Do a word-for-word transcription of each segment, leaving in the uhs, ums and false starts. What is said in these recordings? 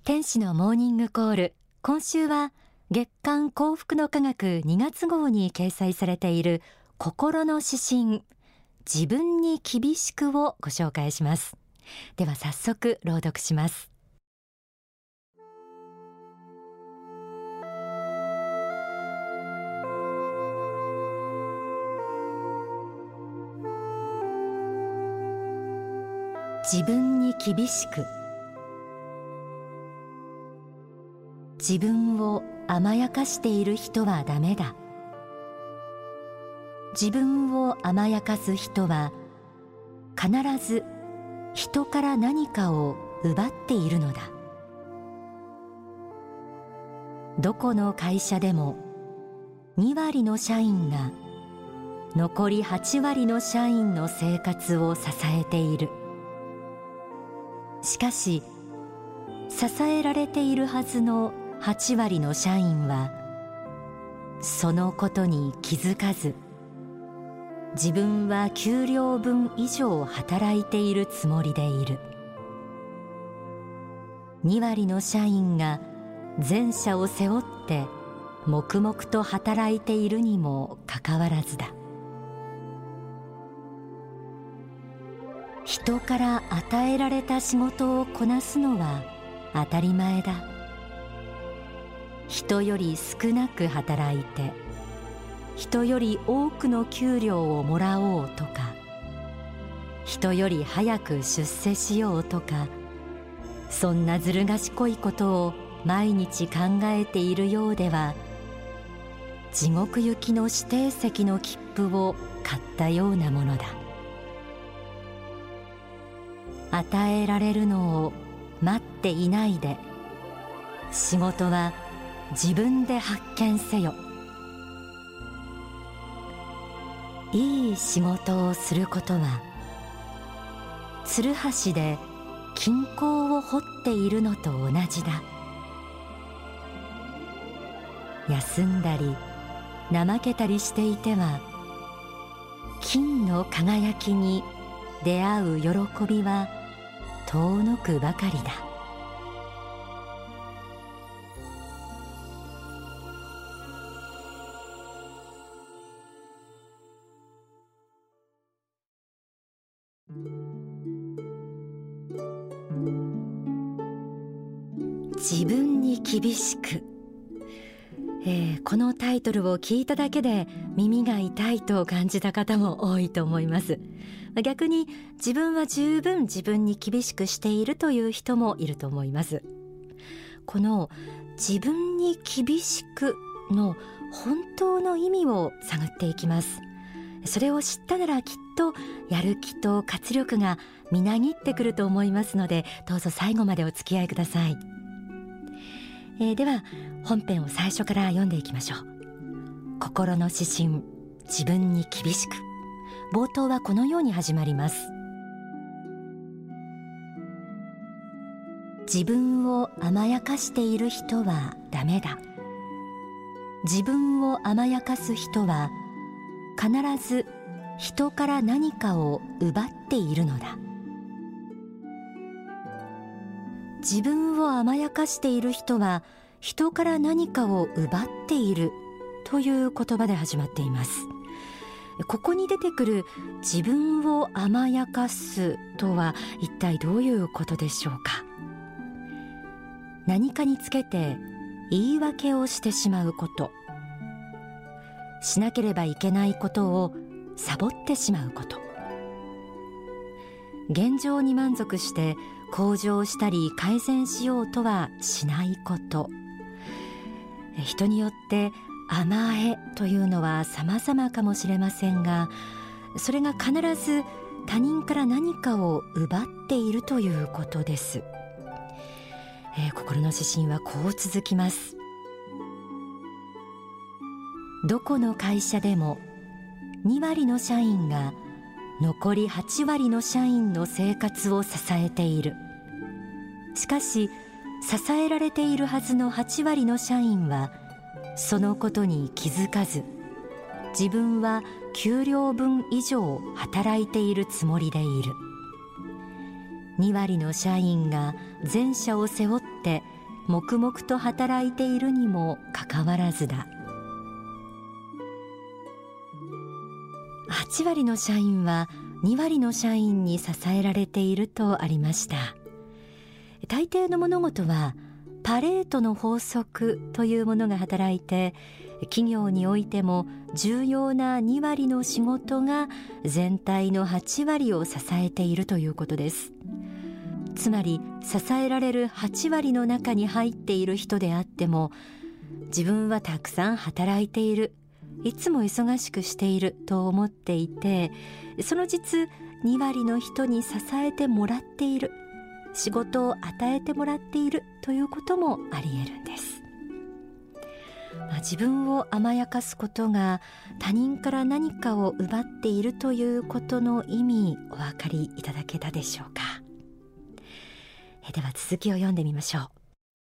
天使のモーニングコール、今週は月刊幸福の科学にがつ号に掲載されている心の指針、自分に厳しくをご紹介します。では早速朗読します。自分に厳しく。自分を甘やかしている人はダメだ。自分を甘やかす人は必ず人から何かを奪っているのだ。どこの会社でもにわりの社員が残りはちわりの社員の生活を支えている。しかし支えられているはずのはちわりの社員はそのことに気づかず、自分は給料分以上働いているつもりでいる。にわりの社員が全社を背負って黙々と働いているにもかかわらずだ。人から与えられた仕事をこなすのは当たり前だ。人より少なく働いて人より多くの給料をもらおうとか、人より早く出世しようとか、そんなずる賢いことを毎日考えているようでは、地獄行きの指定席の切符を買ったようなものだ。与えられるのを待っていないで、仕事は自分で発見せよ。いい仕事をすることは、つるはしで金鉱を掘っているのと同じだ。休んだり怠けたりしていては、金の輝きに出会う喜びは遠のくばかりだ。自分に厳しく、えー、このタイトルを聞いただけで耳が痛いと感じた方も多いと思います。逆に自分は十分自分に厳しくしているという人もいると思います。この自分に厳しくの本当の意味を探っていきます。それを知ったならきっとやる気と活力がみなぎってくると思いますので、どうぞ最後までお付き合いください。えー、では本編を最初から読んでいきましょう。心の指針、自分に厳しく。冒頭はこのように始まります。自分を甘やかしている人はダメだ。自分を甘やかす人は必ず人から何かを奪っているのだ。自分を甘やかしている人は人から何かを奪っているという言葉で始まっています。ここに出てくる自分を甘やかすとは一体どういうことでしょうか。何かにつけて言い訳をしてしまうこと、しなければいけないことをサボってしまうこと、現状に満足して向上したり改善しようとはしないこと。人によって甘えというのは様々かもしれませんが、それが必ず他人から何かを奪っているということです。えー、心の指針はこう続きます。どこの会社でもにわりの社員が残りはちわりの社員の生活を支えている。しかし支えられているはずのはちわりの社員はそのことに気づかず、自分は給料分以上働いているつもりでいる。にわりの社員が全社を背負って黙々と働いているにもかかわらずだ。はち割の社員はに割の社員に支えられているとありました。大抵の物事はパレートの法則というものが働いて、企業においても重要なに割の仕事が全体のはち割を支えているということです。つまり支えられるはち割の中に入っている人であっても、自分はたくさん働いている、いつも忙しくしていると思っていて、その実に割の人に支えてもらっている、仕事を与えてもらっているということもあり得るんです。まあ、自分を甘やかすことが他人から何かを奪っているということの意味、お分かりいただけたでしょうか。えでは続きを読んでみましょう。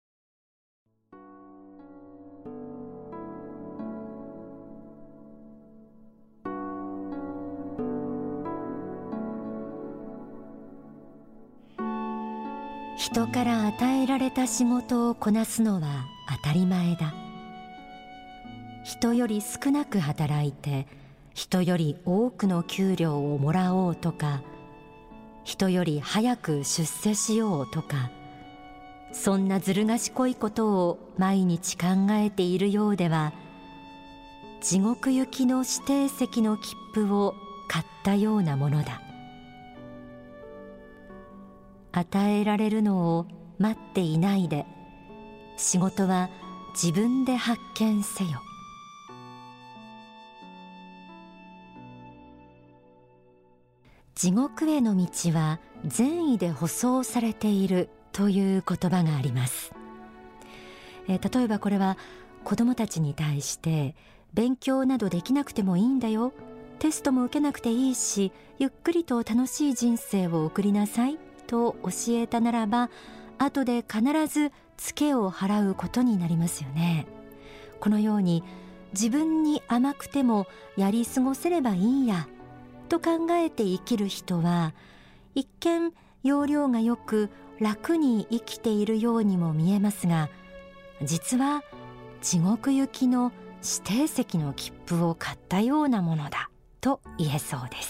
人から与えられた仕事をこなすのは当たり前だ。人より少なく働いて人より多くの給料をもらおうとか、人より早く出世しようとか、そんなずる賢いことを毎日考えているようでは、地獄行きの指定席の切符を買ったようなものだ。与えられるのを待っていないで、仕事は自分で発見せよ。地獄への道は善意で舗装されているという言葉があります。えー、例えばこれは子どもたちに対して、勉強などできなくてもいいんだよ、テストも受けなくていいし、ゆっくりと楽しい人生を送りなさいと教えたならば、後で必ずツケを払うことになりますよね。このように自分に甘くてもやり過ごせればいいんやと考えて生きる人は、一見要領がよく楽に生きているようにも見えますが、実は地獄行きの指定席の切符を買ったようなものだと言えそうです。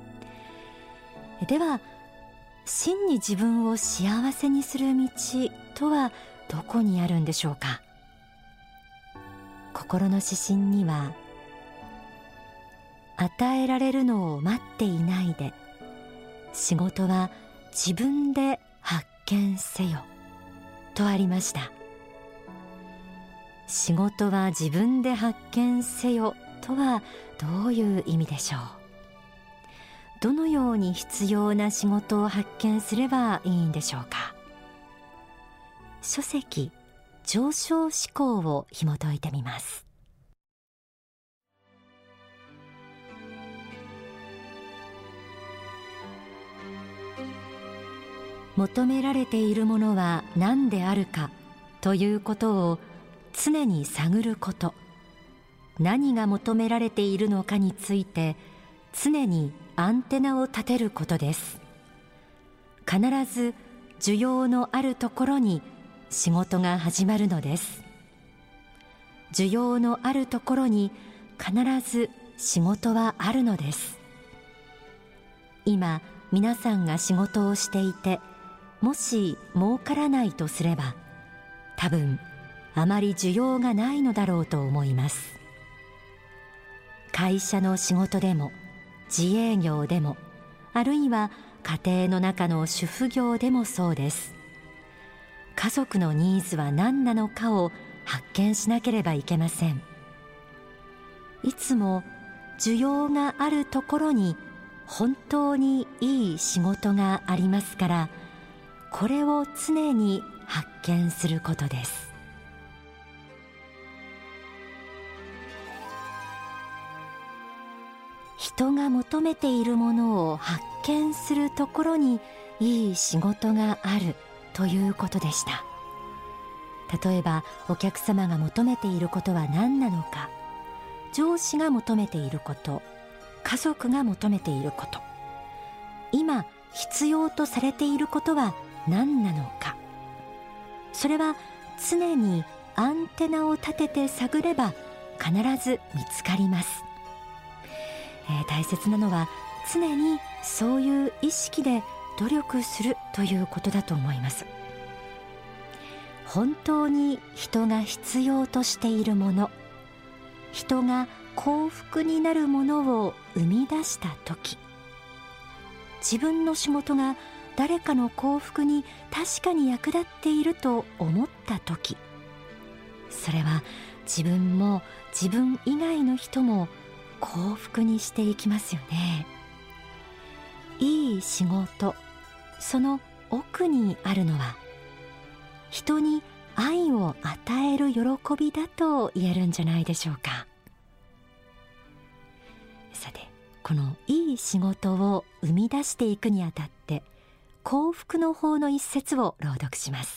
では真に自分を幸せにする道とはどこにあるんでしょうか。心の指針には、与えられるのを待っていないで、仕事は自分で発見せよとありました。仕事は自分で発見せよとはどういう意味でしょう。どのように必要な仕事を発見すればいいんでしょうか。書籍上昇思考を紐解いてみます。求められているものは何であるかということを常に探ること、何が求められているのかについて常にアンテナを立てることです。必ず需要のあるところに仕事が始まるのです。需要のあるところに必ず仕事はあるのです。今皆さんが仕事をしていて、もし儲からないとすれば、多分あまり需要がないのだろうと思います。会社の仕事でも自営業でも、あるいは家庭の中の主婦業でもそうです。家族のニーズは何なのかを発見しなければいけません。いつも需要があるところに本当にいい仕事がありますから、これを常に発見することです。人が求めているものを発見するところにいい仕事があるということでした。例えばお客様が求めていることは何なのか、上司が求めていること、家族が求めていること、今必要とされていることは何なのか、それは常にアンテナを立てて探れば必ず見つかります。えー、大切なのは常にそういう意識で努力するということだと思います。本当に人が必要としているもの、人が幸福になるものを生み出したとき、自分の仕事が誰かの幸福に確かに役立っていると思ったとき、それは自分も自分以外の人も幸福にしていきますよね。いい仕事、その奥にあるのは人に愛を与える喜びだと言えるんじゃないでしょうか。さて、このいい仕事を生み出していくにあたって幸福の法の一節を朗読します。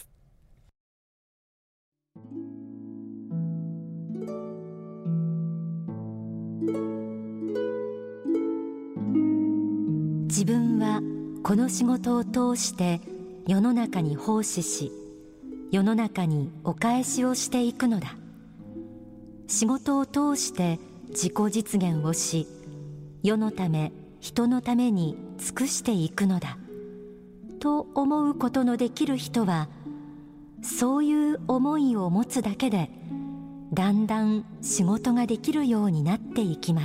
自分はこの仕事を通して世の中に奉仕し、世の中にお返しをしていくのだ。仕事を通して自己実現をし、世のため人のために尽くしていくのだと思うことのできる人は、そういう思いを持つだけでだんだん仕事ができるようになっていきます。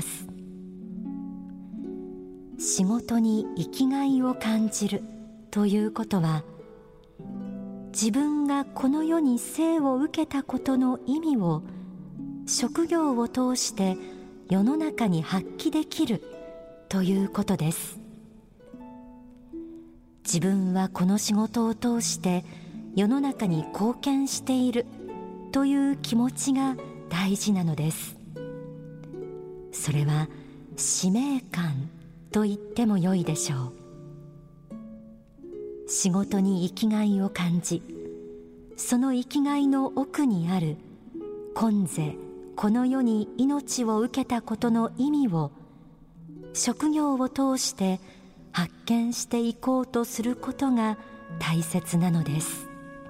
仕事に生きがいを感じるということは、自分がこの世に生を受けたことの意味を職業を通して世の中に発揮できるということです。自分はこの仕事を通して世の中に貢献しているという気持ちが大事なのです。それは使命感と言ってもよいでしょう。仕事に生きがいを感じ、その生きがいの奥にある今世この世に命を受けたことの意味を職業を通して発見していこうとすることが大切なのです。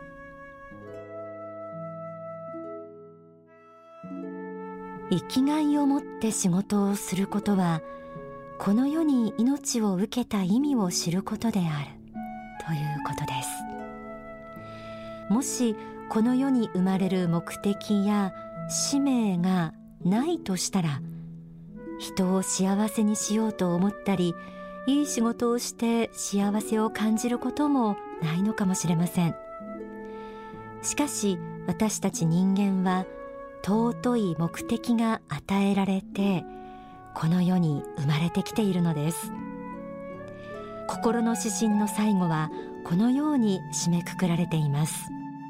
生きがいを持って仕事をすることは、この世に命を受けた意味を知ることであるということです。もしこの世に生まれる目的や使命がないとしたら、人を幸せにしようと思ったり、いい仕事をして幸せを感じることもないのかもしれません。しかし私たち人間は尊い目的が与えられてこの世に生まれてきているのです。心の指針の最後はこのように締めくくられています。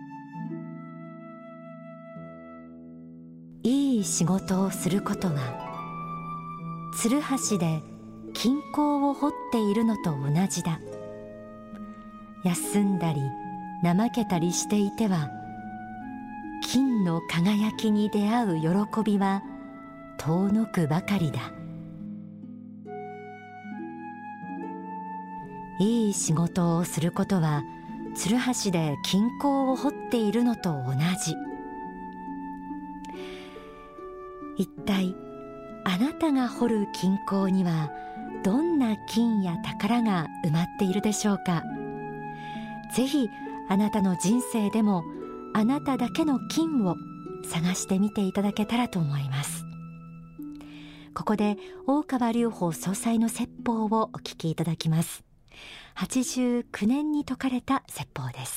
いい仕事をすることは、ツルハシで金鉱を掘っているのと同じだ。休んだり怠けたりしていては、金の輝きに出会う喜びは遠のくばかりだ。いい仕事をすることは、ツルハシで金鉱を掘っているのと同じ。一体あなたが掘る金鉱にはどんな金や宝が埋まっているでしょうか。ぜひあなたの人生でもあなただけの金を探してみていただけたらと思います。ここで大川隆法総裁の説法をお聞きいただきます。はちじゅうきゅうねんに説かれた説法です。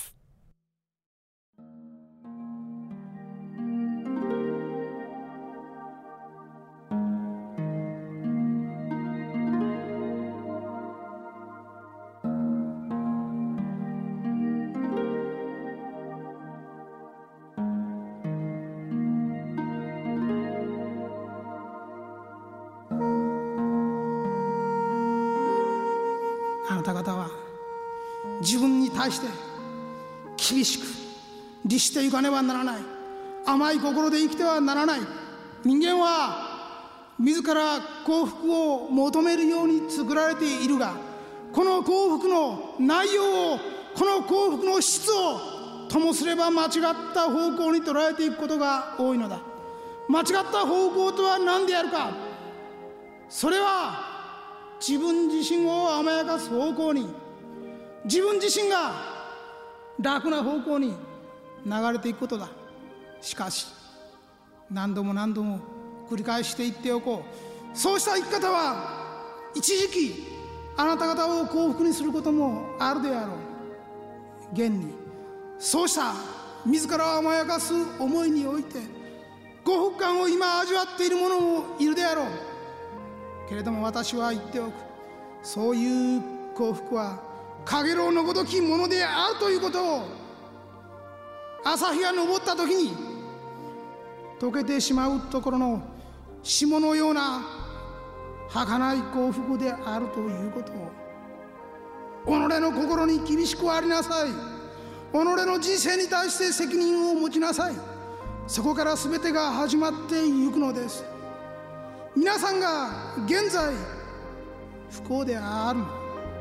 あなた方は自分に対して厳しく律していかねばならない。甘い心で生きてはならない。人間は自ら幸福を求めるように作られているが、この幸福の内容を、この幸福の質をともすれば間違った方向に捉えていくことが多いのだ。間違った方向とは何であるか。それは自分自身を甘やかす方向に、自分自身が楽な方向に流れていくことだ。しかし何度も何度も繰り返して言っておこう。そうした生き方は一時期あなた方を幸福にすることもあるであろう。現にそうした自らを甘やかす思いにおいて幸福感を今味わっている者もいるであろうけれども、私は言っておく。そういう幸福はかげろうのごときものであるということを、朝日が昇った時に溶けてしまうところの霜のような儚い幸福であるということを、己の心に厳しくありなさい。己の人生に対して責任を持ちなさい。そこから全てが始まっていくのです。皆さんが現在不幸であるの、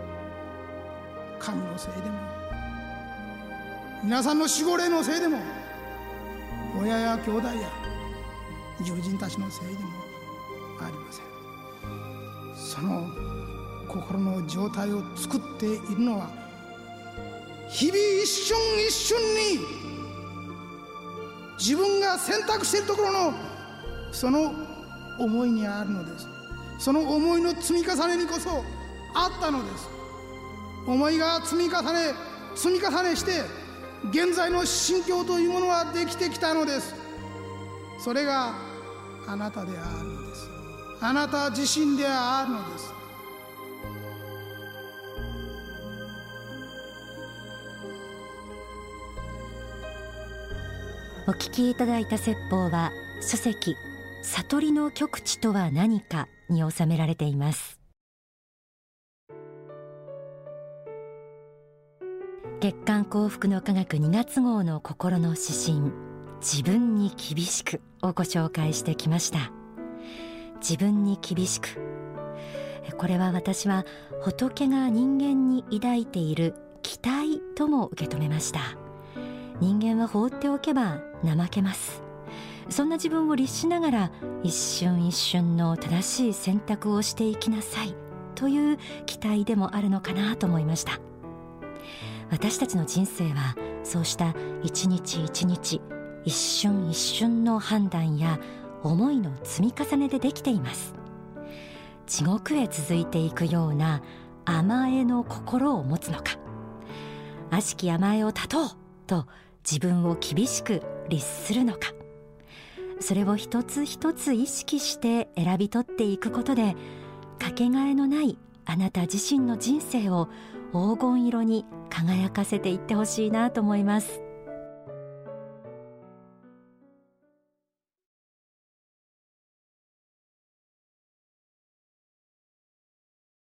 神のせいでも、皆さんの守護霊のせいでも、親や兄弟や友人たちのせいでもありません。その心の状態を作っているのは、日々一瞬一瞬に自分が選択しているところのその思いにあるのです。その思いの積み重ねにこそあったのです。思いが積み重ね積み重ねして現在の心境というものはできてきたのです。それがあなたであるのです。あなた自身であるのです。 お聞きいただいた説法は書籍悟りの極地とは何かに収められています。月刊幸福の科学にがつ号の心の指針、自分に厳しくをご紹介してきました。自分に厳しく、これは私は仏が人間に抱いている期待とも受け止めました。人間は放っておけば怠けます。そんな自分を律しながら一瞬一瞬の正しい選択をしていきなさいという期待でもあるのかなと思いました。私たちの人生はそうした一日一日一瞬一瞬の判断や思いの積み重ねでできています。地獄へ続いていくような甘えの心を持つのか、悪しき甘えを断とうと自分を厳しく律するのか、それを一つ一つ意識して選び取っていくことで、かけがえのないあなた自身の人生を黄金色に輝かせていってほしいなと思います。